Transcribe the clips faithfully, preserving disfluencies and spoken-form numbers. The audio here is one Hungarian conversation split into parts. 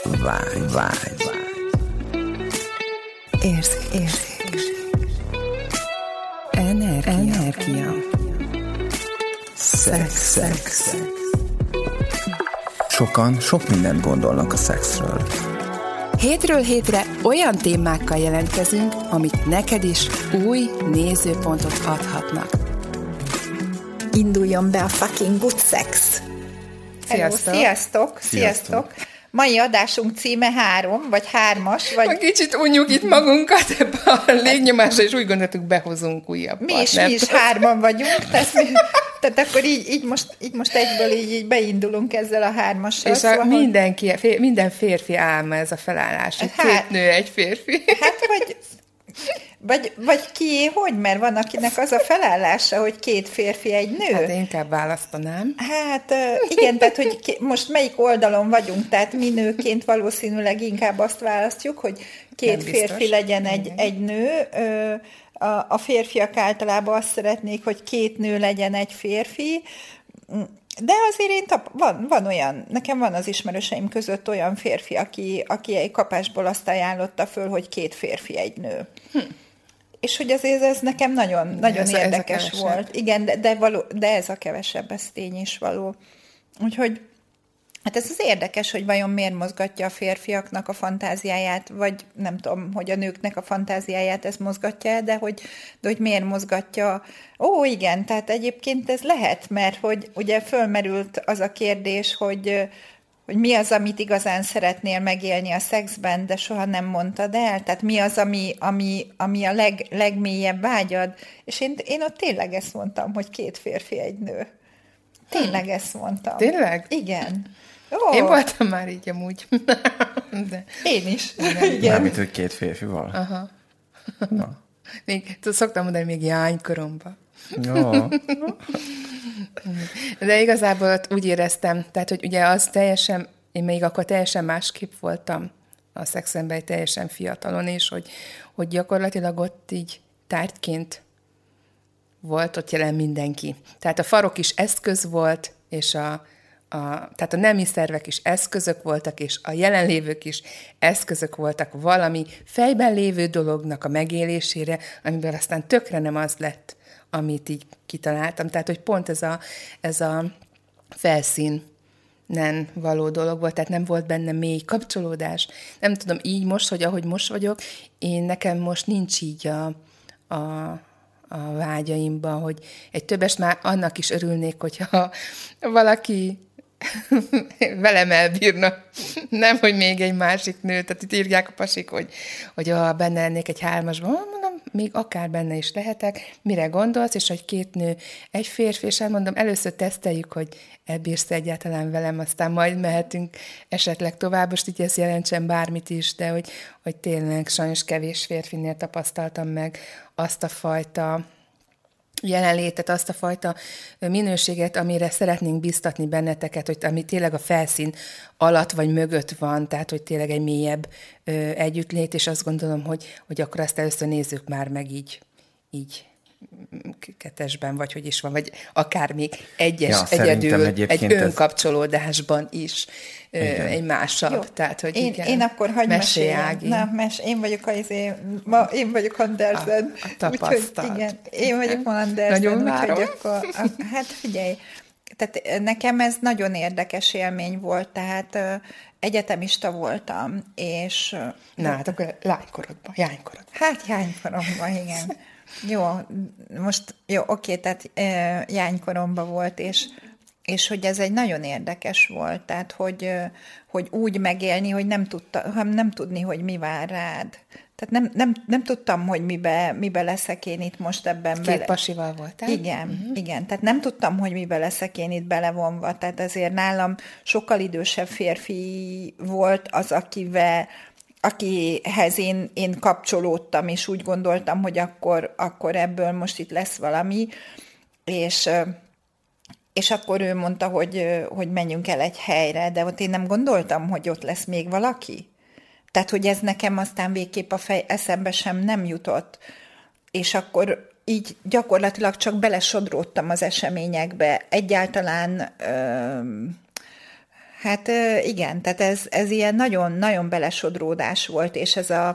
Vágy, vágy, érzék, érzék, energia, energia. Szex, szex. Sokan sok mindent gondolnak a szexről. Hétről hétre olyan témákkal jelentkezünk, amik neked is új nézőpontot adhatnak. Induljon be a fucking good sex! Sziasztok! Hello, sziasztok! Sziasztok! Mai adásunk címe három, vagy hármas, vagy... Kicsit unjuk itt magunkat ebbe a légnyomásra, és úgy gondoltuk, behozunk újabb Mi is, partnert. mi is hárman vagyunk, tehát, mi, tehát akkor így, így, most, így most egyből így, így beindulunk ezzel a hármassal. És szóval, a mindenki, fér, minden férfi álma ez a felállás, hogy Hát- két nő, egy férfi. Hát vagy, vagy, vagy ki, hogy? Mert van, akinek az a felállása, hogy két férfi, egy nő. Hát én inkább választanám. Hát ö, igen, tehát hogy ki- most melyik oldalon vagyunk, tehát mi nőként valószínűleg inkább azt választjuk, hogy két Nem biztos. férfi legyen egy, Igen. egy nő. Ö, a, a férfiak általában azt szeretnék, hogy két nő legyen egy férfi, de azért én tap- van, van olyan, nekem van az ismerőseim között olyan férfi, aki, aki egy kapásból azt ajánlotta föl, hogy két férfi, egy nő. Hm. És hogy azért ez nekem nagyon, nagyon ez a- ez a érdekes kevesebb. volt. Igen, de, de, való, de ez a kevesebb, ez tény is való. Úgyhogy hát ez az érdekes, hogy vajon miért mozgatja a férfiaknak a fantáziáját, vagy nem tudom, hogy a nőknek a fantáziáját ez mozgatja, de hogy, de hogy miért mozgatja. Ó, igen, tehát egyébként ez lehet, mert hogy ugye fölmerült az a kérdés, hogy, hogy mi az, amit igazán szeretnél megélni a szexben, de soha nem mondtad el, tehát mi az, ami, ami, ami a leg, legmélyebb vágyad, és én, én ott tényleg ezt mondtam, hogy két férfi, egy nő. Tényleg ezt mondtam. Tényleg? Igen. Ó, Én voltam már így amúgy. De, Én is. Igen. Mármint, hogy két férfival. aha. Na. Még, tudod, szoktam mondani, még jánykoromban. Jó. De igazából ott úgy éreztem, tehát, hogy ugye az teljesen, én még akkor teljesen másképp voltam a szexemben, egy teljesen fiatalon, és hogy, hogy gyakorlatilag ott így tárgyként volt ott jelen mindenki. Tehát a farok is eszköz volt, és a, a, tehát a nemi szervek is eszközök voltak, és a jelenlévők is eszközök voltak valami fejben lévő dolognak a megélésére, amiből aztán tökre nem az lett, amit így kitaláltam. Tehát, hogy pont ez a, ez a felszínen való dolog volt, tehát nem volt benne mély kapcsolódás. Nem tudom, így most, hogy ahogy most vagyok, én nekem most nincs így a, a a vágyaimban, hogy egy többes már annak is örülnék, hogyha valaki velem elbírna. Nem, hogy még egy másik nő. Tehát itt írják a pasik, hogy, hogy ha benne lennék egy hármasban, mondom, még akár benne is lehetek. Mire gondolsz, és hogy két nő, egy férfi, és elmondom, először teszteljük, hogy elbírsz egyáltalán velem, aztán majd mehetünk esetleg tovább. Most így ez jelentsen bármit is, de hogy, hogy tényleg sajnos kevés férfinél tapasztaltam meg azt a fajta jelenlétet, azt a fajta minőséget, amire szeretnénk biztatni benneteket, hogy ami tényleg a felszín alatt vagy mögött van, tehát hogy tényleg egy mélyebb ö, együttlét, és azt gondolom, hogy, hogy akkor azt először nézzük már meg így, így kettesben, vagy hogy is van, vagy akár még egyes, Ja, szerintem egyedül, egyébként egy ez- önkapcsolódásban is ö, egy másabb. Jó. Tehát, hogy én, igen, én akkor hagyj mesélj, meséljem. Ági. Na, mes, én vagyok az én, ma, én vagyok Andersen. A- a tapasztalt. Úgyhogy igen, én vagyok ma Andersen. Nagyon úgyhogy várom. akkor, a, hát figyelj, tehát nekem ez nagyon érdekes élmény volt, tehát ö, egyetemista voltam, és... ö, Na, hát akkor lánykorodban, jánykorodban. Hát jánykoromban, igen. Jó, most, jó, oké, tehát e, jánykoromban volt, és, és hogy ez egy nagyon érdekes volt, tehát hogy, e, hogy úgy megélni, hogy nem, tudta, nem tudni, hogy mi vár rád. Tehát nem, nem, nem tudtam, hogy mibe, mibe leszek én itt most ebben Két bele. pasival voltál? Igen, Mhm. uh-huh. igen. Tehát nem tudtam, hogy mibe leszek én itt belevonva. Tehát ezért nálam sokkal idősebb férfi volt az, akivel akihez én, én kapcsolódtam, és úgy gondoltam, hogy akkor, akkor ebből most itt lesz valami, és, és akkor ő mondta, hogy, hogy menjünk el egy helyre, de ott én nem gondoltam, hogy ott lesz még valaki. Tehát, hogy ez nekem aztán végképp a fej, eszembe sem nem jutott. És akkor így gyakorlatilag csak belesodródtam az eseményekbe. Egyáltalán... Ö, Hát igen, tehát ez, ez ilyen nagyon-nagyon belesodródás volt, és ez a...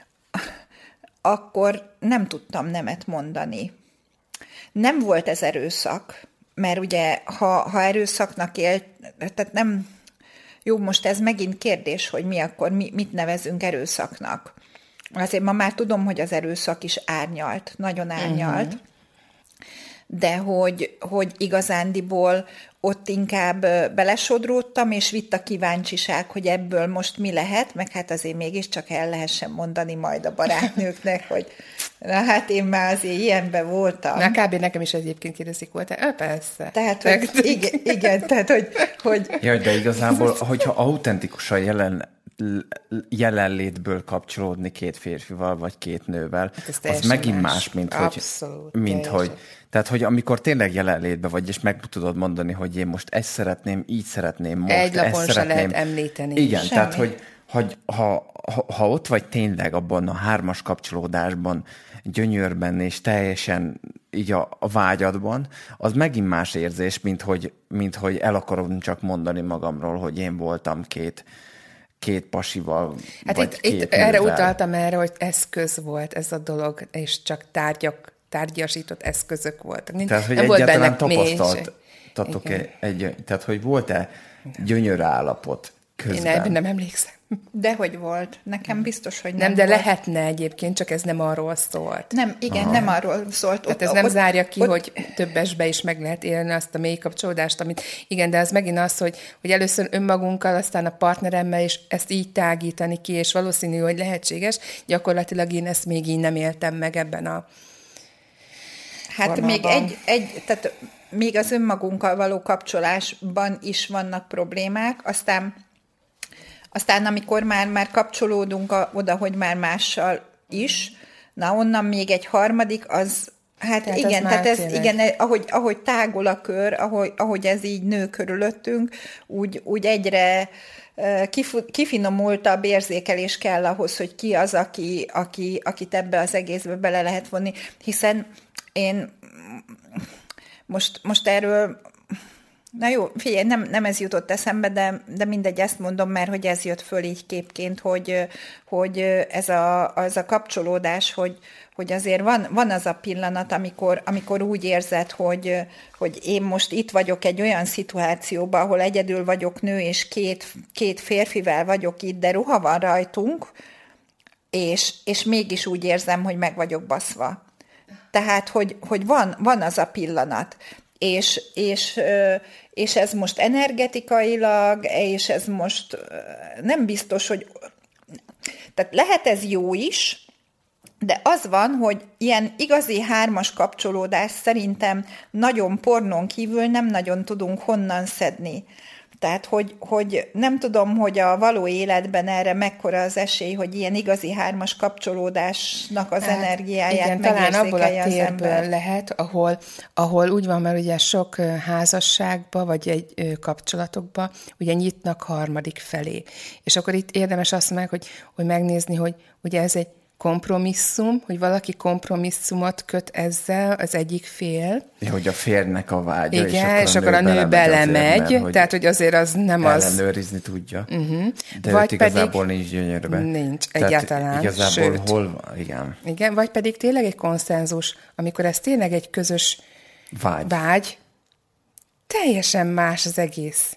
Akkor nem tudtam nemet mondani. Nem volt ez erőszak, mert ugye, ha, ha erőszaknak élt, tehát nem... Jó, most ez megint kérdés, hogy mi akkor, mi, mit nevezünk erőszaknak. Azért ma már tudom, hogy az erőszak is árnyalt, nagyon árnyalt, uh-huh. de hogy, hogy igazándiból ott inkább belesodródtam, és vitt a kíváncsiság, hogy ebből most mi lehet, meg hát azért mégiscsak el lehessen mondani majd a barátnőknek, hogy na hát én már azért ilyenben voltam. Na kb. Nekem is egyébként kérdezik volt-e? Persze. Tehát, hogy igen, igen, tehát, hogy... hogy... Jaj, de igazából, hogyha autentikusan jelen jelenlétből kapcsolódni két férfival, vagy két nővel, hát az megint más, más mint, Abszolút, hogy, mint hogy... Tehát, hogy amikor tényleg jelenlétbe vagy, és meg tudod mondani, hogy én most ezt szeretném, így szeretném, most egy lapon ezt szeretném. Egy lehet említeni. Igen, Semmi. tehát, hogy, hogy ha, ha, ha ott vagy tényleg abban a hármas kapcsolódásban, gyönyörben, és teljesen így a, a vágyadban, az megint más érzés, mint hogy, mint hogy el akarom csak mondani magamról, hogy én voltam két két pasival, hát vagy itt, két itt nővel. Erre utaltam erre, hogy eszköz volt ez a dolog, és csak tárgyak, tárgyasított eszközök voltak. Tehát, hogy nem egyáltalán volt benne tapasztaltatok egy, egy, tehát, hogy volt-e gyönyör állapot közben? Én ebben nem emlékszem. De hogy volt? Nekem biztos, hogy nem Nem, de volt. lehetne egyébként, csak ez nem arról szólt. Nem, igen, Aha. nem arról szólt. Tehát ott, ez nem ott, zárja ki, ott, hogy többesbe is meg lehet élni azt a mély kapcsolódást, amit igen, de az megint az, hogy, hogy először önmagunkkal, aztán a partneremmel, és ezt így tágítani ki, és valószínű, hogy lehetséges. Gyakorlatilag én ezt még így nem éltem meg ebben a Hát formában. még egy, egy, tehát még az önmagunkkal való kapcsolásban is vannak problémák, aztán Aztán, amikor már, már kapcsolódunk a, oda, hogy már mással is, na onnan még egy harmadik, az, hát tehát igen, tehát ez, igen, ahogy, ahogy tágul a kör, ahogy, ahogy ez így nő körülöttünk, úgy, úgy egyre kifinomultabb érzékelés kell ahhoz, hogy ki az, aki, aki, akit ebbe az egészbe bele lehet vonni, hiszen én most, most erről... Na jó, figyelj, nem, nem ez jutott eszembe, de, de mindegy, ezt mondom, mert hogy ez jött föl így képként, hogy, hogy ez a, az a kapcsolódás, hogy, hogy azért van, van az a pillanat, amikor, amikor úgy érzed, hogy, hogy én most itt vagyok egy olyan szituációban, ahol egyedül vagyok nő, és két, két férfivel vagyok itt, de ruha van rajtunk, és, és mégis úgy érzem, hogy meg vagyok baszva. Tehát, hogy, hogy van, van az a pillanat. És, és, és ez most energetikailag, és ez most nem biztos, hogy... Tehát lehet ez jó is, de az van, hogy ilyen igazi hármas kapcsolódás szerintem nagyon pornón kívül nem nagyon tudunk honnan szedni. Tehát, hogy, hogy nem tudom, hogy a való életben erre mekkora az esély, hogy ilyen igazi hármas kapcsolódásnak az hát, energiáját megérzékelje az ember. Lehet, ahol, ahol úgy van, mert ugye sok házasságba, vagy egy kapcsolatokba ugye nyitnak harmadik felé. És akkor itt érdemes azt meg, hogy, hogy megnézni, hogy ugye ez egy kompromisszum, hogy valaki kompromisszumot köt ezzel az egyik fél. Ja, hogy a férnek a vágya, igen, és akkor a nő, nő belemegy, azért, mert, tehát hogy azért az nem az... ellenőrizni tudja. Uh-huh. De vagy őt igazából pedig nincs gyönyörben. Nincs, tehát egyáltalán. Igazából sőt. hol van? Igen. Igen, vagy pedig tényleg egy konszenzus, amikor ez tényleg egy közös vágy. vágy, teljesen más az egész.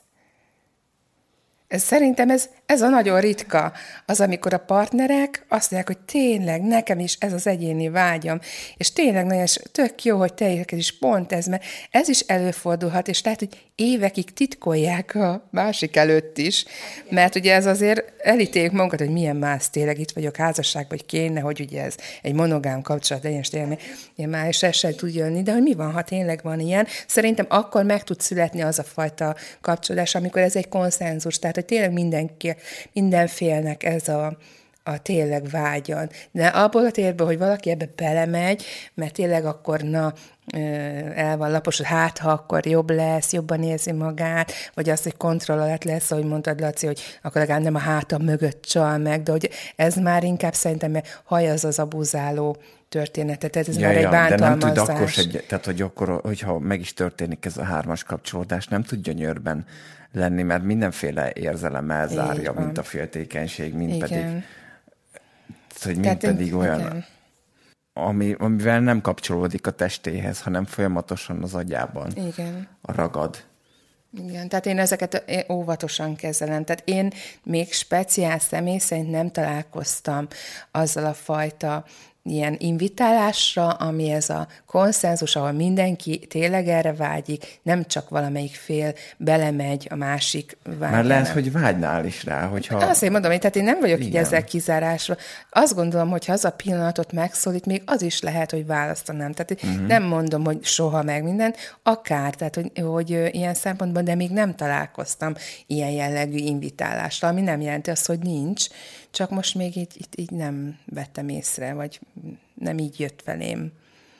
Ez, szerintem ez, ez a nagyon ritka, az, amikor a partnerek azt mondják, hogy tényleg nekem is ez az egyéni vágyam, és tényleg nagyon tök jó, hogy te is pont ez, mert ez is előfordulhat, és lehet, hogy évekig titkolják a másik előtt is, mert ugye ez azért elítéljük magunkat, hogy milyen más tényleg itt vagyok házasságban, hogy kéne, hogy ugye ez egy monogám kapcsolat legyen, és tényleg ilyen már is ez sem tud jönni, de hogy mi van, ha tényleg van ilyen, szerintem akkor meg tud születni az a fajta kapcsolódás, amikor ez egy konszenzus, tehát hogy tényleg mindenki, mindenfélnek ez a, a tényleg vágyan. De abból a térből, hogy valaki ebbe belemegy, mert tényleg akkor na, el van laposod, hát ha akkor jobb lesz, jobban érzi magát, vagy az, hogy kontroll alatt lesz, ahogy mondtad, Laci, hogy akkor legalább nem a hátam mögött csal meg, de hogy ez már inkább szerintem haj az az abuzáló történetet, ez ja, már ja, egy bántalmazás. De nem tud akkor se, tehát hogy akkor, hogyha meg is történik ez a hármas kapcsolódás, nem tud gyönyörben lenni, mert mindenféle érzelem elzárja, mint a féltékenység, mint igen. pedig, hogy mint tehát pedig olyan, ami, amivel nem kapcsolódik a testéhez, hanem folyamatosan az agyában igen. a ragad. Igen, tehát én ezeket óvatosan kezelem. Tehát én még speciál személy szerint nem találkoztam azzal a fajta ilyen invitálásra, ami ez a konszenzus, ahol mindenki tényleg erre vágyik, nem csak valamelyik fél belemegy a másik vágyára. Már lehet, hogy vágynál is rá, hogyha... Azt mondom, hogy tehát én nem vagyok igen. így ezzel kizárásra. Azt gondolom, hogy ha az a pillanatot megszólít, még az is lehet, hogy választanám. Tehát uh-huh. nem mondom, hogy soha meg minden, akár, tehát hogy, hogy ilyen szempontból, de még nem találkoztam ilyen jellegű invitálásra, ami nem jelenti azt, hogy nincs, csak most még így, így, így nem vettem észre, vagy nem így jött felém.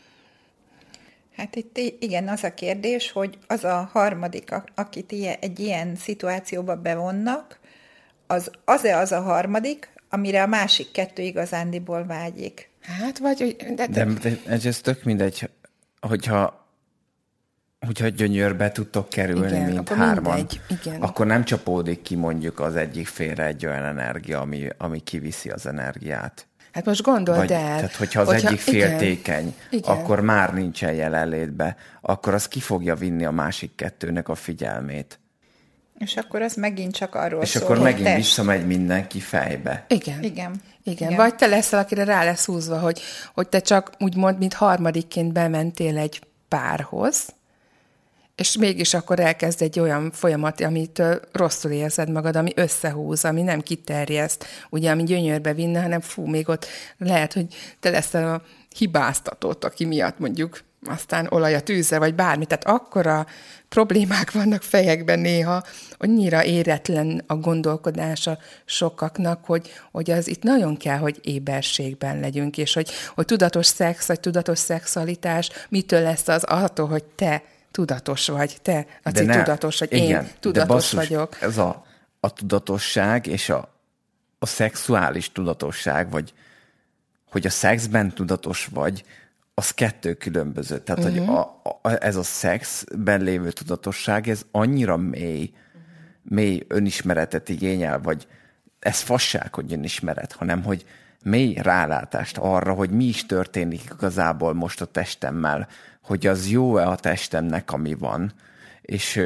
Hát itt igen, az a kérdés, hogy az a harmadik, akit ilyen, egy ilyen szituációba bevonnak, az az-e az a harmadik, amire a másik kettő igazándiból vágyik. Hát, vagy... De, de, de ez tök mindegy, hogyha hogyha gyönyörbe tudtok kerülni, igen, mint hárman, mindegy, igen. akkor nem csapódik ki mondjuk az egyik félre egy olyan energia, ami, ami kiviszi az energiát. Hát most gondold Vagy, el. Tehát, hogyha az hogyha, egyik féltékeny, igen, akkor már nincsen jelenlétbe, akkor az ki fogja vinni a másik kettőnek a figyelmét. És akkor az megint csak arról És szól, akkor megint test. Visszamegy mindenki fejbe. Igen. Igen. Igen. Igen. Vagy te leszel, akire rá lesz húzva, hogy, hogy te csak úgymond, mint harmadikként bementél egy párhoz, és mégis akkor elkezd egy olyan folyamat, amitől rosszul érzed magad, ami összehúz, ami nem kiterjeszt, ugye, ami gyönyörbe vinne, hanem fú, még ott lehet, hogy te leszel a hibáztatót, aki miatt mondjuk aztán olaj a tűzre, vagy bármi. Tehát akkora problémák vannak fejekben néha, annyira éretlen a gondolkodása sokaknak, hogy, hogy az itt nagyon kell, hogy éberségben legyünk, és hogy, hogy tudatos szex, vagy tudatos szexualitás mitől lesz az attól, hogy te tudatos vagy, te, Laci, tudatos vagy, igen, én tudatos de basszus, vagyok. Ez a, a tudatosság és a, a szexuális tudatosság, vagy hogy a szexben tudatos vagy, az kettő különböző. Tehát, uh-huh. hogy a, a, ez a szexben lévő tudatosság, ez annyira mély, uh-huh. mély önismeretet igényel, vagy ez fasság, hogy önismeret, hanem hogy mély rálátást arra, hogy mi is történik igazából most a testemmel, hogy az jó-e a testemnek, ami van, és,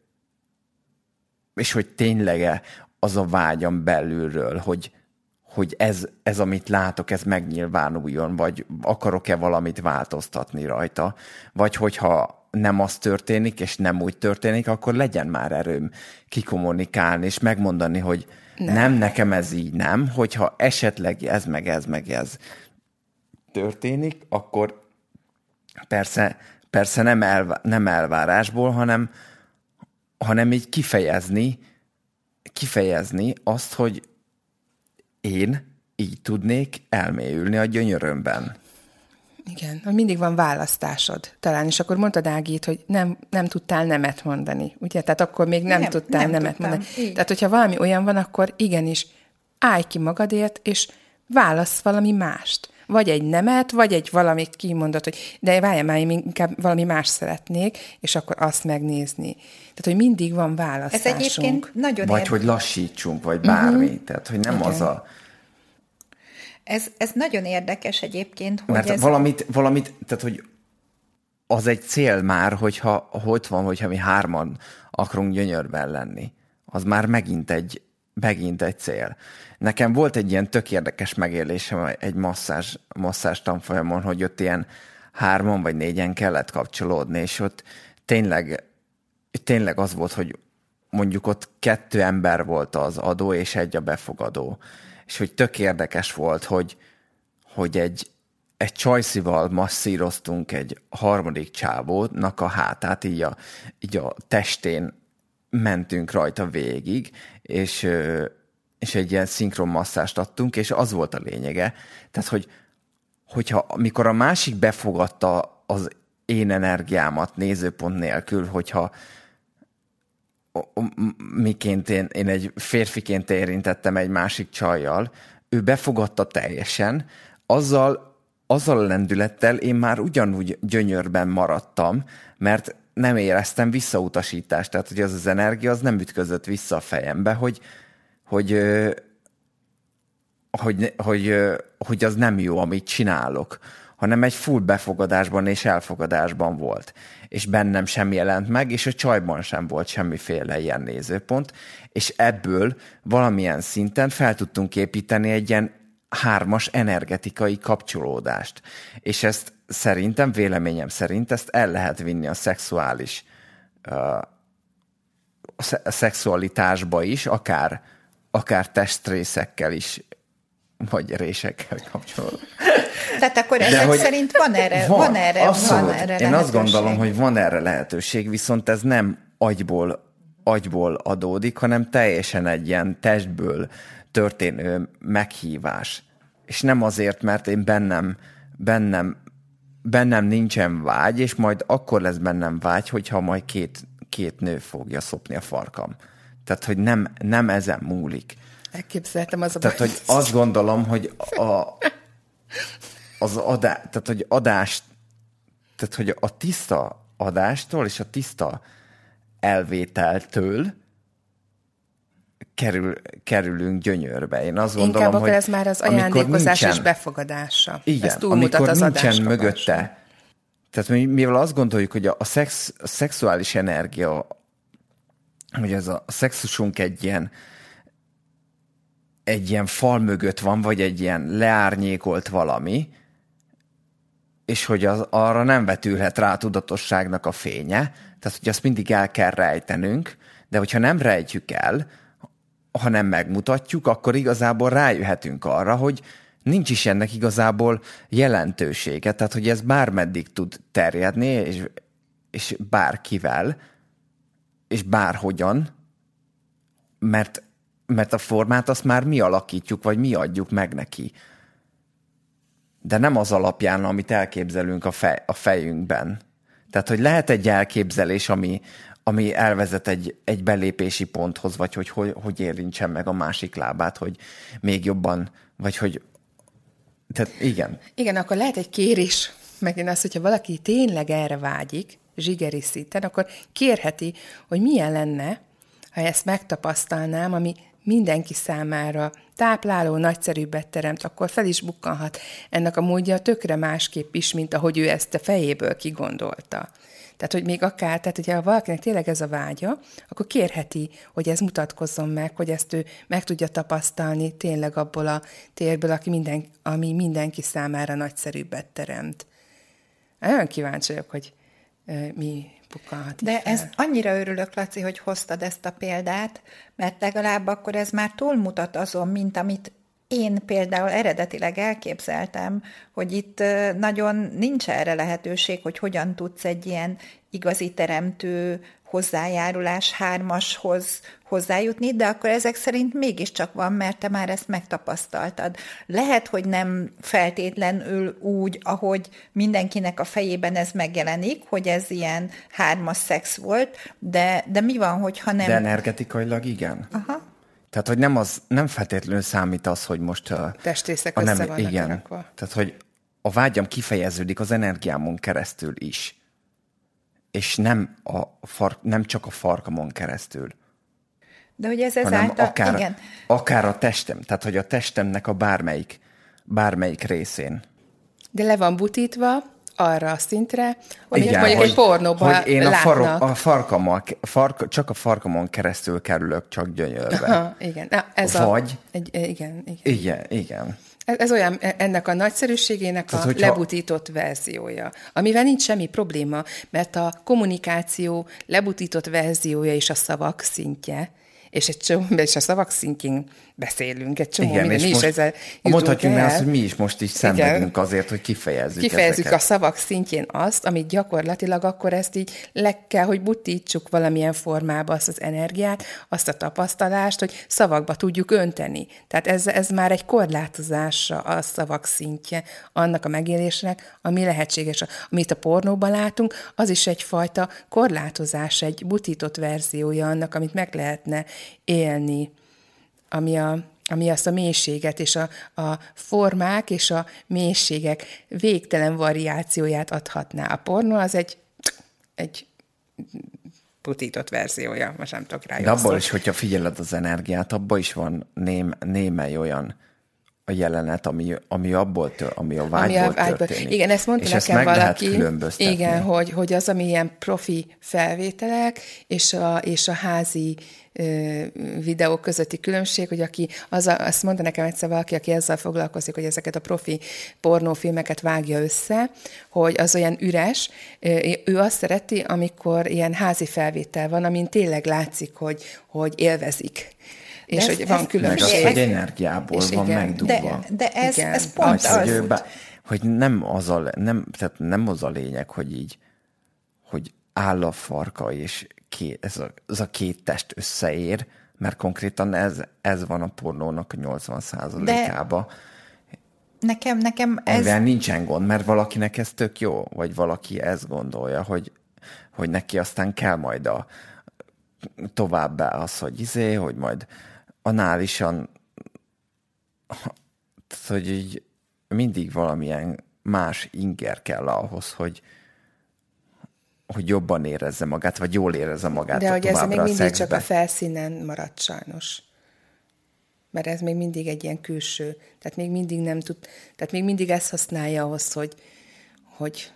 és hogy tényleg az a vágyam belülről, hogy, hogy ez, ez, amit látok, ez megnyilvánuljon, vagy akarok-e valamit változtatni rajta, vagy hogyha nem az történik, és nem úgy történik, akkor legyen már erőm kikommunikálni, és megmondani, hogy nem, nem nekem ez így nem, hogyha esetleg ez, meg ez, meg ez történik, akkor Persze, persze nem, elv, nem elvárásból, hanem, hanem így kifejezni, kifejezni azt, hogy én így tudnék elmélyülni a gyönyörömben. Igen, mindig van választásod talán, és akkor mondtad, Ágit, hogy nem, nem tudtál nemet mondani, ugye? Tehát akkor még nem, nem tudtál nem nemet tudtam. mondani. Így. Tehát, hogyha valami olyan van, akkor igenis állj ki magadért, és válasz valami mást. Vagy egy nemet, vagy egy valamit kimondott, hogy de várjál már, én inkább valami más szeretnék, és akkor azt megnézni. Tehát, hogy mindig van választásunk. Ez egyébként nagyon Vagy ér... hogy lassítsunk, vagy bármi. Uh-huh. Tehát, hogy nem igen. az a... Ez, ez nagyon érdekes egyébként, hogy Mert ez... valamit, valamit, tehát, hogy az egy cél már, hogyha hogy van, hogyha mi hárman akarunk gyönyörben lenni. Az már megint egy, megint egy cél. Nekem volt egy ilyen tök érdekes megélésem egy masszázs, masszázs tanfolyamon, hogy ott ilyen hárman vagy négyen kellett kapcsolódni, és ott tényleg, tényleg az volt, hogy mondjuk ott kettő ember volt az adó, és egy a befogadó. És hogy tök érdekes volt, hogy, hogy egy, egy csajszival masszíroztunk egy harmadik csávónak a hátát, így a, így a testén mentünk rajta végig, és, és egy ilyen szinkron masszást adtunk, és az volt a lényege. Tehát, hogy hogyha amikor a másik befogadta az én energiámat nézőpont nélkül, hogyha miként én, én egy férfiként érintettem egy másik csajjal, ő befogadta teljesen, azzal azzal a lendülettel én már ugyanúgy gyönyörben maradtam, mert nem éreztem visszautasítást, tehát hogy az az energia az nem ütközött vissza a fejembe, hogy, hogy, hogy, hogy, hogy az nem jó, amit csinálok, hanem egy full befogadásban és elfogadásban volt. És bennem sem jelent meg, és a csajban sem volt semmiféle ilyen nézőpont, és ebből valamilyen szinten fel tudtunk építeni egy ilyen hármas energetikai kapcsolódást. És ezt szerintem, véleményem szerint ezt el lehet vinni a szexuális uh, a szexualitásba is, akár, akár testrészekkel is, vagy résekkel kapcsolatban. Tehát akkor De ezek szerint van erre, van, van erre, abszolút. van erre lehetőség. Én azt gondolom, hogy van erre lehetőség, viszont ez nem agyból, agyból adódik, hanem teljesen egy ilyen testből történő meghívás. És nem azért, mert én bennem, bennem, bennem nincsen vágy, és majd akkor lesz bennem vágy, hogyha majd két, két nő fogja szopni a farkam. Tehát, hogy nem, nem ezen múlik. Elképzeltem az a Tehát, hogy azt gondolom, hogy a, az adá, tehát, hogy adást, tehát, hogy a tiszta adástól és a tiszta elvételtől kerül, kerülünk gyönyörbe. Én azt gondolom, inkább hogy ez már az ajándékozás nincsen, és befogadása. Igen, ez túlmutat amikor az nincsen mögötte. Tehát mivel azt gondoljuk, hogy a, a, szex, a szexuális energia, hogy ez a, a szexusunk egy ilyen egy ilyen fal mögött van, vagy egy ilyen leárnyékolt valami, és hogy az, arra nem vetülhet rá a tudatosságnak a fénye, tehát hogy azt mindig el kell rejtenünk, de hogyha nem rejtjük el, ha nem megmutatjuk, akkor igazából rájöhetünk arra, hogy nincs is ennek igazából jelentősége, tehát hogy ez bármeddig tud terjedni, és, és bárkivel, és bárhogyan, mert mert a formát azt már mi alakítjuk, vagy mi adjuk meg neki. De nem az alapján, amit elképzelünk a, fej, a fejünkben. Tehát, hogy lehet egy elképzelés, ami, ami elvezet egy, egy belépési ponthoz, vagy hogy, hogy hogy érintsen meg a másik lábát, hogy még jobban, vagy hogy... Tehát igen. Igen, akkor lehet egy kérés, megint az, hogyha valaki tényleg erre vágyik, zsigeri szinten, akkor kérheti, hogy milyen lenne, ha ezt megtapasztalnám, ami mindenki számára tápláló, nagyszerűbbet teremt, akkor fel is bukkanhat ennek a módja tökre másképp is, mint ahogy ő ezt a fejéből kigondolta. Tehát, hogy még akár, tehát hogyha valakinek tényleg ez a vágya, akkor kérheti, hogy ez mutatkozzon meg, hogy ezt ő meg tudja tapasztalni tényleg abból a térből, aki minden, ami mindenki számára nagyszerűbbet teremt. Nagyon kíváncsi vagyok, hogy mi bukkanhat. De ez annyira örülök, Laci, hogy hoztad ezt a példát, mert legalább akkor ez már túlmutat azon, mint amit én például eredetileg elképzeltem, hogy itt nagyon nincs erre lehetőség, hogy hogyan tudsz egy ilyen igazi teremtő hozzájárulás hármashoz hozzájutni, de akkor ezek szerint mégiscsak van, mert te már ezt megtapasztaltad. Lehet, hogy nem feltétlenül úgy, ahogy mindenkinek a fejében ez megjelenik, hogy ez ilyen hármas szex volt, de, de mi van, hogyha nem... De energetikailag igen. Aha. Tehát, hogy nem, az, nem feltétlenül számít az, hogy most... A testrészek a nem, össze vannak igen. rakva. Tehát, hogy a vágyam kifejeződik az energiámon keresztül is. És nem, a far, nem csak a farkamon keresztül. De hogy ez hanem ezáltal... akár, igen. akár a testem. Tehát, hogy a testemnek a bármelyik, bármelyik részén. De le van butítva arra a szintre, amit igen, mondjuk hogy, egy pornóban hogy én látnak. a, farok, a farkammal, farka, csak a farkamon keresztül kerülök csak gyönyörbe. Aha, igen. Na, ez Vagy... A, egy, igen, igen. Igen, igen. Ez, ez olyan, ennek a nagyszerűségének Tehát, a hogyha... lebutított verziója, amivel nincs semmi probléma, mert a kommunikáció lebutított verziója is a szavak szintje, és, egy csomó, és a szavak szintjén beszélünk, egy csomó igen, minden, mi is ezzel mondhatjuk el. azt, hogy mi is most is szenvedünk azért, hogy kifejezzük Kifejezzük ezeket. a szavak szintjén azt, amit gyakorlatilag akkor ezt így le kell, hogy butítsuk valamilyen formába azt az energiát, azt a tapasztalást, hogy szavakba tudjuk önteni. Tehát ez, ez már egy korlátozása a szavak szintje annak a megélésnek, ami lehetséges. Amit a pornóban látunk, az is egyfajta korlátozás, egy butított verziója annak, amit meg lehetne élni, ami a ami azt a mélységet és a, a formák és a mélységek végtelen variációját adhatná. A pornó az egy, egy putított verziója, most nem tudok rá. De abból is, hogyha figyeled az energiát, abban is van ném, némely olyan a jelenet, ami, ami abból tör, ami a vágyból ami a történik. Igen, ezt mondta és nekem ezt meg valaki. Lehet különböztetni. Igen, hogy, hogy az, ami ilyen profi felvételek, és a, és a házi ö, videók közötti különbség, hogy aki, az a, azt mondta nekem egyszer valaki, aki ezzel foglalkozik, hogy ezeket a profi pornófilmeket vágja össze, hogy az olyan üres, ő azt szereti, amikor ilyen házi felvétel van, amin tényleg látszik, hogy, hogy élvezik. És ez, hogy van különbség. Meg az, hogy energiából van igen. megdugva. De, de ez, ez pont az, az. Hogy, ő, hogy nem, az a, nem, tehát nem az a lényeg, hogy így, hogy áll a farka, és két, ez, a, ez a két test összeér, mert konkrétan ez, ez van a pornónak a nyolcvan százalékában. Nekem, nekem ez... Ezzel nincsen gond, mert valakinek ez tök jó, vagy valaki ezt gondolja, hogy, hogy neki aztán kell majd a továbbá az, hogy izé, hogy majd análisan, hogy így mindig valamilyen más inger kell ahhoz, hogy, hogy jobban érezze magát, vagy jól érezze magát. De hogy ez még mindig szexbe. csak a felszínen maradt sajnos. Mert ez még mindig egy ilyen külső, tehát még mindig nem tud, tehát még mindig ezt használja ahhoz, hogy, hogy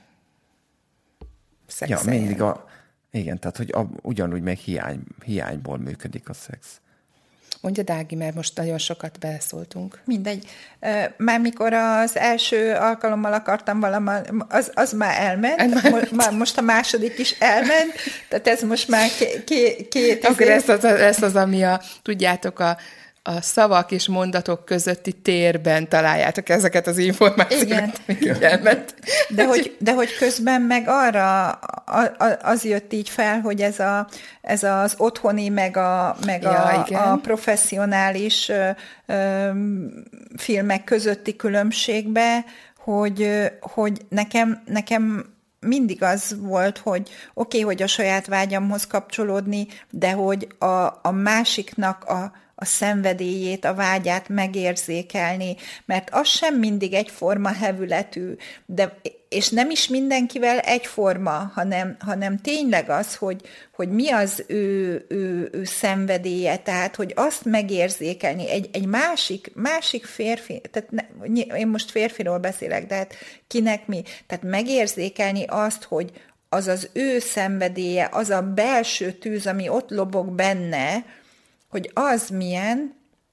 szexeljen. Ja, mindig a, igen, tehát hogy a, ugyanúgy meg hiány, hiányból működik a szex. Mondja, Dági, mert most nagyon sokat beleszóltunk. Mindegy. Már mikor az első alkalommal akartam valami, az, az már elment, most, most a második is elment, tehát ez most már két, két, két Akkor ezt az, ezt az, ami a, tudjátok, a a szavak és mondatok közötti térben találjátok ezeket az információkat. Igen. De hogy, de hogy közben meg arra az jött így fel, hogy ez, a, ez az otthoni, meg a, meg ja, a, a professzionális ö, ö, filmek közötti különbségbe, hogy, hogy nekem, nekem mindig az volt, hogy oké, okay, hogy a saját vágyamhoz kapcsolódni, de hogy a, a másiknak a a szenvedélyét, a vágyát megérzékelni, mert az sem mindig egyforma hevületű, de, és nem is mindenkivel egyforma, hanem, hanem tényleg az, hogy, hogy mi az ő, ő, ő szenvedélye, tehát, hogy azt megérzékelni, egy, egy másik, másik férfi, tehát ne, én most férfiról beszélek, de hát kinek mi, tehát megérzékelni azt, hogy az az ő szenvedélye, az a belső tűz, ami ott lobog benne, hogy az milyen,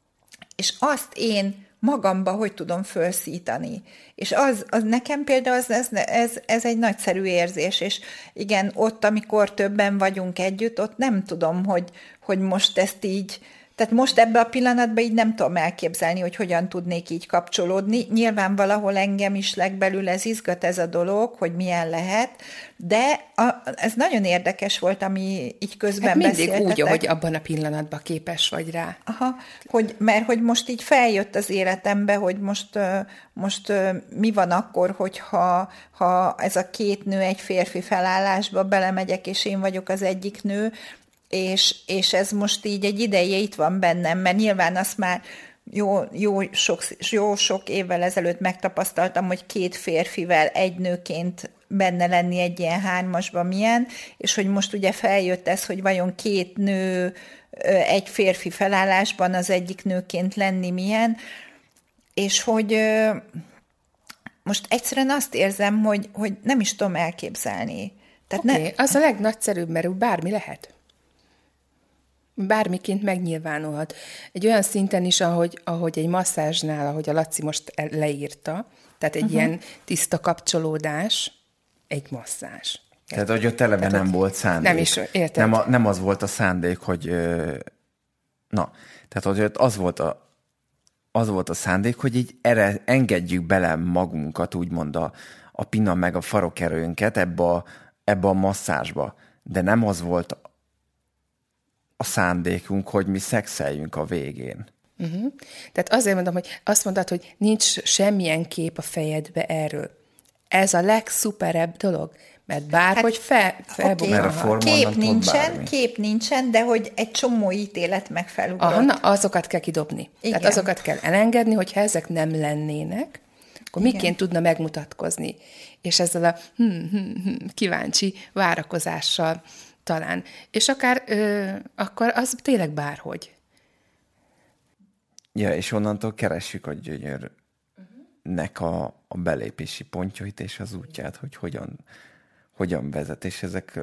és azt én magamba hogy tudom felszítani. És az, az nekem például az, ez, ez, ez egy nagyszerű érzés, és igen, ott, amikor többen vagyunk együtt, ott nem tudom, hogy, hogy most ezt így, tehát most ebben a pillanatban így nem tudom elképzelni, hogy hogyan tudnék így kapcsolódni. Nyilván valahol engem is legbelül ez izgat ez a dolog, hogy milyen lehet, de a, ez nagyon érdekes volt, ami így közben hát mindig beszéltetek. úgy, hogy abban a pillanatban képes vagy rá. Aha, hogy, mert hogy most így feljött az életembe, hogy most, most mi van akkor, hogyha ha ez a két nő egy férfi felállásba belemegyek, és én vagyok az egyik nő, És, és ez most így egy ideje itt van bennem, mert nyilván azt már jó, jó, sok, jó sok évvel ezelőtt megtapasztaltam, hogy két férfivel egy nőként benne lenni egy ilyen hármasban milyen, és hogy most ugye feljött ez, hogy vajon két nő egy férfi felállásban az egyik nőként lenni milyen, és hogy most egyszerűen azt érzem, hogy, hogy nem is tudom elképzelni. Tehát okay, ne... Az a legnagyszerűbb, mert bármi lehet. Bármiként megnyilvánulhat. Egy olyan szinten is, ahogy, ahogy egy masszázsnál, ahogy a Laci most leírta, tehát egy uh-huh. ilyen tiszta kapcsolódás, egy masszázs. Tehát, hogy ott eleve nem volt szándék. Nem is, érted? Nem, a, nem az volt a szándék, hogy... Na, tehát, hogy ott az volt a, az volt a szándék, hogy így erre engedjük bele magunkat, úgymond a, a pina meg a farokerőnket ebbe a, ebbe a masszázsba. De nem az volt a szándékunk, hogy mi szexeljünk a végén. Uh-huh. Tehát azért mondom, hogy azt mondtad, hogy nincs semmilyen kép a fejedbe erről. Ez a legszuperebb dolog, Mert bárhogy fel, felbukkanhat. Okay. Kép nincsen, kép nincsen, de hogy egy csomó ítélet meg felugrott. Aha, na, azokat kell kidobni. Igen. Tehát azokat kell elengedni, hogyha ezek nem lennének, akkor igen. miként tudna megmutatkozni. És ezzel a hm, hm, hm, kíváncsi várakozással talán. És akár ö, akkor az tényleg bárhogy. Ja, és onnantól keressük a gyönyörnek a, a belépési pontjait és az útját, hogy hogyan, hogyan vezet, és ezek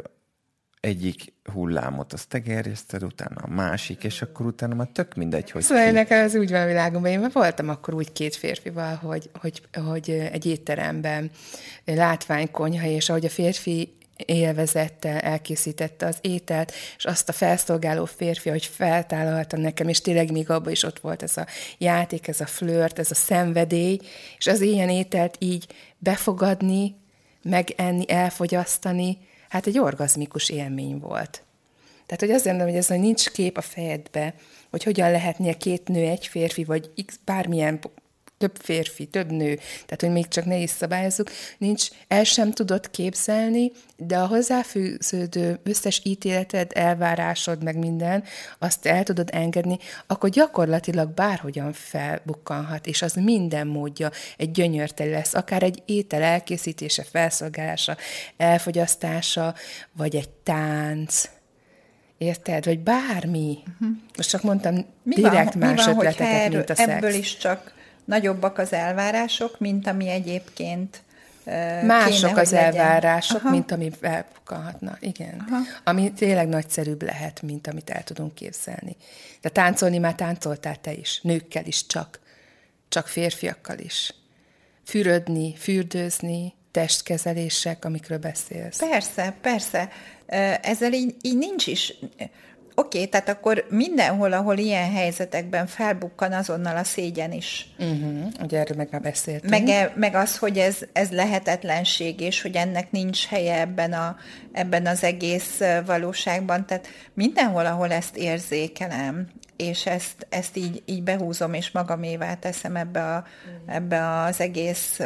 egyik hullámot azt tegerjeszted, utána a másik, és akkor utána már tök mindegy, hogy szóval ki... nekem ez úgy van a világomban, én voltam akkor úgy két férfival, hogy, hogy, hogy egy étteremben látványkonyha, és ahogy a férfi élvezette, elkészítette az ételt, és azt a felszolgáló férfi, hogy feltállalta nekem, és tényleg még abban is ott volt ez a játék, ez a flört, ez a szenvedély, és az ilyen ételt így befogadni, megenni, elfogyasztani, hát egy orgazmikus élmény volt. Tehát, hogy azt mondom, hogy ez, hogy nincs kép a fejedbe, hogy hogyan lehetnie két nő, egy férfi, vagy x, bármilyen több férfi, több nő, tehát, hogy még csak ne is szabályozzuk, nincs, el sem tudod képzelni, de a hozzáfűződő összes ítéleted, elvárásod, meg minden, azt el tudod engedni, akkor gyakorlatilag bárhogyan felbukkanhat, és az minden módja egy gyönyörteli lesz, akár egy étel elkészítése, felszolgálása, elfogyasztása, vagy egy tánc, érted? Vagy bármi. Uh-huh. Most csak mondtam mi direkt van, más mi van, ötleteket, erről, mint a szex. Ebből is csak nagyobbak az elvárások, mint ami egyébként uh, mások kéne, az elvárások, Aha. mint ami elbukkanhatna. Igen. Aha. Ami tényleg nagyszerűbb lehet, mint amit el tudunk képzelni. De táncolni már táncoltál te is. Nőkkel is csak. Csak férfiakkal is. Fürödni, fürdőzni, testkezelések, amikről beszélsz. Persze, persze. Ezzel így, így nincs is... Oké, okay, tehát akkor mindenhol, ahol ilyen helyzetekben felbukkan azonnal a szégyen is. Uh-huh. Ugye erről meg már beszéltünk. Meg, meg az, hogy ez, ez lehetetlenség, és hogy ennek nincs helye ebben, a, ebben az egész valóságban. Tehát mindenhol, ahol ezt érzékelem, és ezt, ezt így, így behúzom, és magamévá teszem ebbe, a, ebbe az egész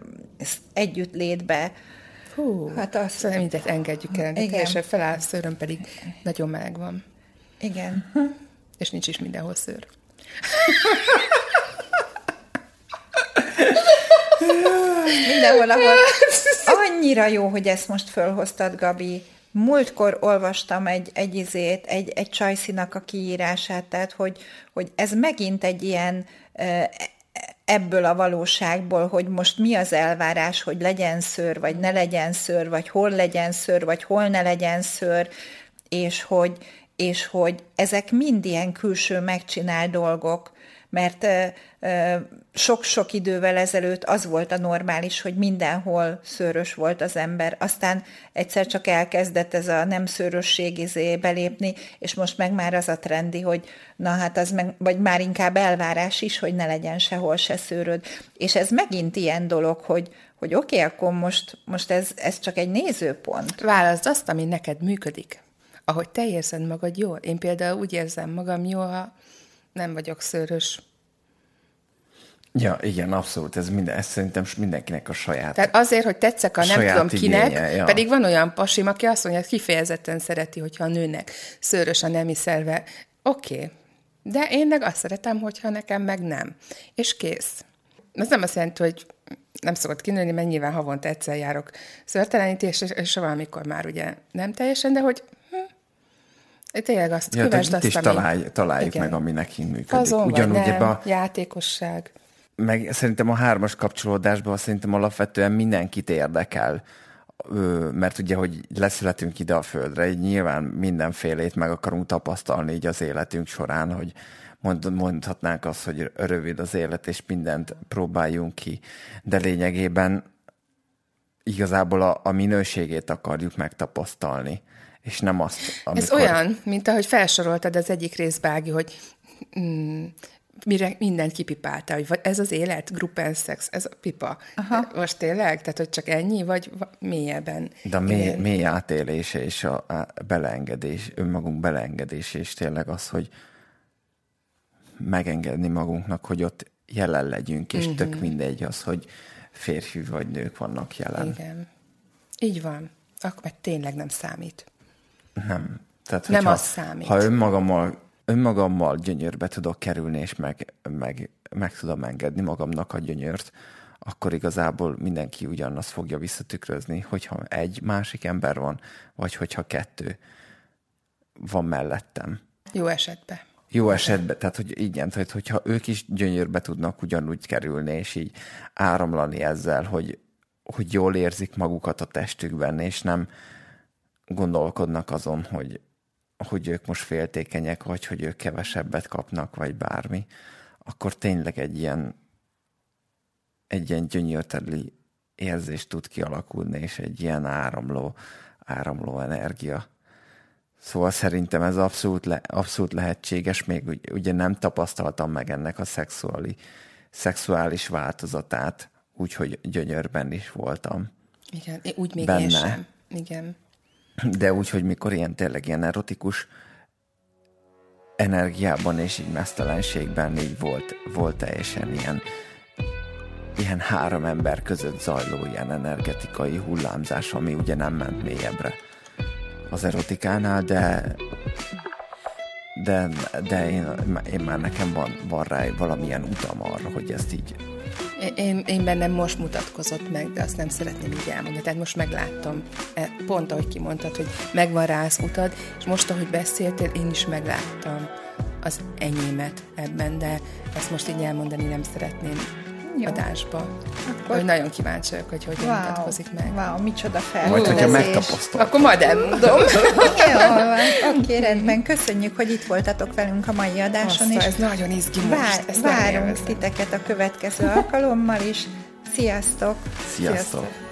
együttlétbe. Hú, hát azt szóval mindegy, engedjük el. Igen. Teljesen feláll, szőröm pedig nagyon meleg van. Igen. És nincs is mindenhol szőr. Mindenhol, ahol annyira jó, hogy ezt most fölhoztad, Gabi. Múltkor olvastam egy, egy izét, egy, egy csajszinak a kiírását, tehát, hogy, hogy ez megint egy ilyen ebből a valóságból, hogy most mi az elvárás, hogy legyen szőr, vagy ne legyen szőr, vagy hol legyen szőr, vagy hol ne legyen szőr, és hogy, és hogy ezek mind ilyen külső megcsinált dolgok, mert sok-sok idővel ezelőtt az volt a normális, hogy mindenhol szőrös volt az ember, aztán egyszer csak elkezdett ez a nem szőrösség izé belépni, és most meg már az a trendi, hogy na hát az meg, vagy már inkább elvárás is, hogy ne legyen sehol se szőröd. És ez megint ilyen dolog, hogy, hogy oké, okay, akkor most, most ez, ez csak egy nézőpont. Válaszd azt, ami neked működik. Ahogy te érzed magad jól. Én például úgy érzem magam jól, ha nem vagyok szőrös. Ja, igen, abszolút. Ez, minden, ez szerintem mindenkinek a saját. Tehát azért, hogy tetszek a nem tudom kinek, igénye, ja. Pedig van olyan pasim, aki azt mondja, hogy kifejezetten szereti, hogyha a nőnek szőrös a nemi szerve. Oké, okay. De én meg azt szeretem, hogyha nekem meg nem. És kész. Ez nem azt jelenti, hogy nem szokott kinőni, mert nyilván havonta egyszer járok szőrtelenítésre, és, és valamikor már ugye nem teljesen, de hogy hm, tényleg azt ja, kövesd azt, is ami... találj, találjuk igen. meg, ami nekünk működik. Azon Ugyanúgy vagy nem, a... játékosság. Meg szerintem a hármas kapcsolódásban szerintem alapvetően mindenkit érdekel, mert ugye, hogy leszületünk ide a földre, így nyilván mindenfélét meg akarunk tapasztalni így az életünk során, hogy mond, mondhatnánk azt, hogy rövid az élet, és mindent próbáljunk ki, de lényegében igazából a, a minőségét akarjuk megtapasztalni, és nem azt, amikor... Ez olyan, mint ahogy felsoroltad az egyik részbe, hogy... Mm, mire mindent kipipálta, hogy ez az élet, gruppenszex, ez a pipa. Aha. Most tényleg? Tehát, hogy csak ennyi, vagy mélyebben? De a mély, mély átélése és a, a beleengedés, önmagunk beleengedése, és tényleg az, hogy megengedni magunknak, hogy ott jelen legyünk, és uh-huh. tök mindegy az, hogy férfi vagy nők vannak jelen. Igen. Így van. akkor meg tényleg nem számít. Nem. Tehát, nem hogyha, az számít. Ha önmagammal, önmagammal gyönyörbe tudok kerülni, és meg, meg, meg tudom engedni magamnak a gyönyört, akkor igazából mindenki ugyanazt fogja visszatükrözni, hogyha egy másik ember van, vagy hogyha kettő van mellettem. Jó esetben. Jó esetben, tehát hogy igen, tehát hogyha ők is gyönyörbe tudnak ugyanúgy kerülni, és így áramlani ezzel, hogy, hogy jól érzik magukat a testükben, és nem gondolkodnak azon, hogy, hogy ők most féltékenyek, vagy hogy ők kevesebbet kapnak, vagy bármi, akkor tényleg egy ilyen egy ilyen gyönyörteli érzés tud kialakulni, és egy ilyen áramló, áramló energia. Szóval szerintem ez abszolút, le, abszolút lehetséges, még ugye nem tapasztaltam meg ennek a szexuális, szexuális változatát, úgyhogy gyönyörben is voltam. Igen, úgy még benne. Én sem. Igen. De úgy, hogy mikor ilyen tényleg ilyen erotikus energiában és így mesztelenségben így volt, volt teljesen ilyen ilyen három ember között zajló ilyen energetikai hullámzás, ami ugye nem ment mélyebbre az erotikánál, de de, de én, én már nekem van, van rá valamilyen utam arra, hogy ezt így... Én, én bennem most mutatkozott meg, de azt nem szeretném így elmondani. Tehát most megláttam, pont ahogy kimondtad, hogy megvan rá az utad, és most, ahogy beszéltél, én is megláttam az enyémet ebben, de ezt most így elmondani nem szeretném. Jó. Adásba. Akkor... Hogy nagyon kíváncsi vagyok, hogy hogyan wow. mutatkozik meg. Wow, micsoda felfedezés. Majd, hogyha megtapasztaltam. Akkor majd elmondom. Jó, van. Oké, rendben. Köszönjük, hogy itt voltatok velünk a mai adáson. Azt, és ez nagyon izgi most. Vár, várunk titeket a következő alkalommal is. Sziasztok! Sziasztok! Sziasztok.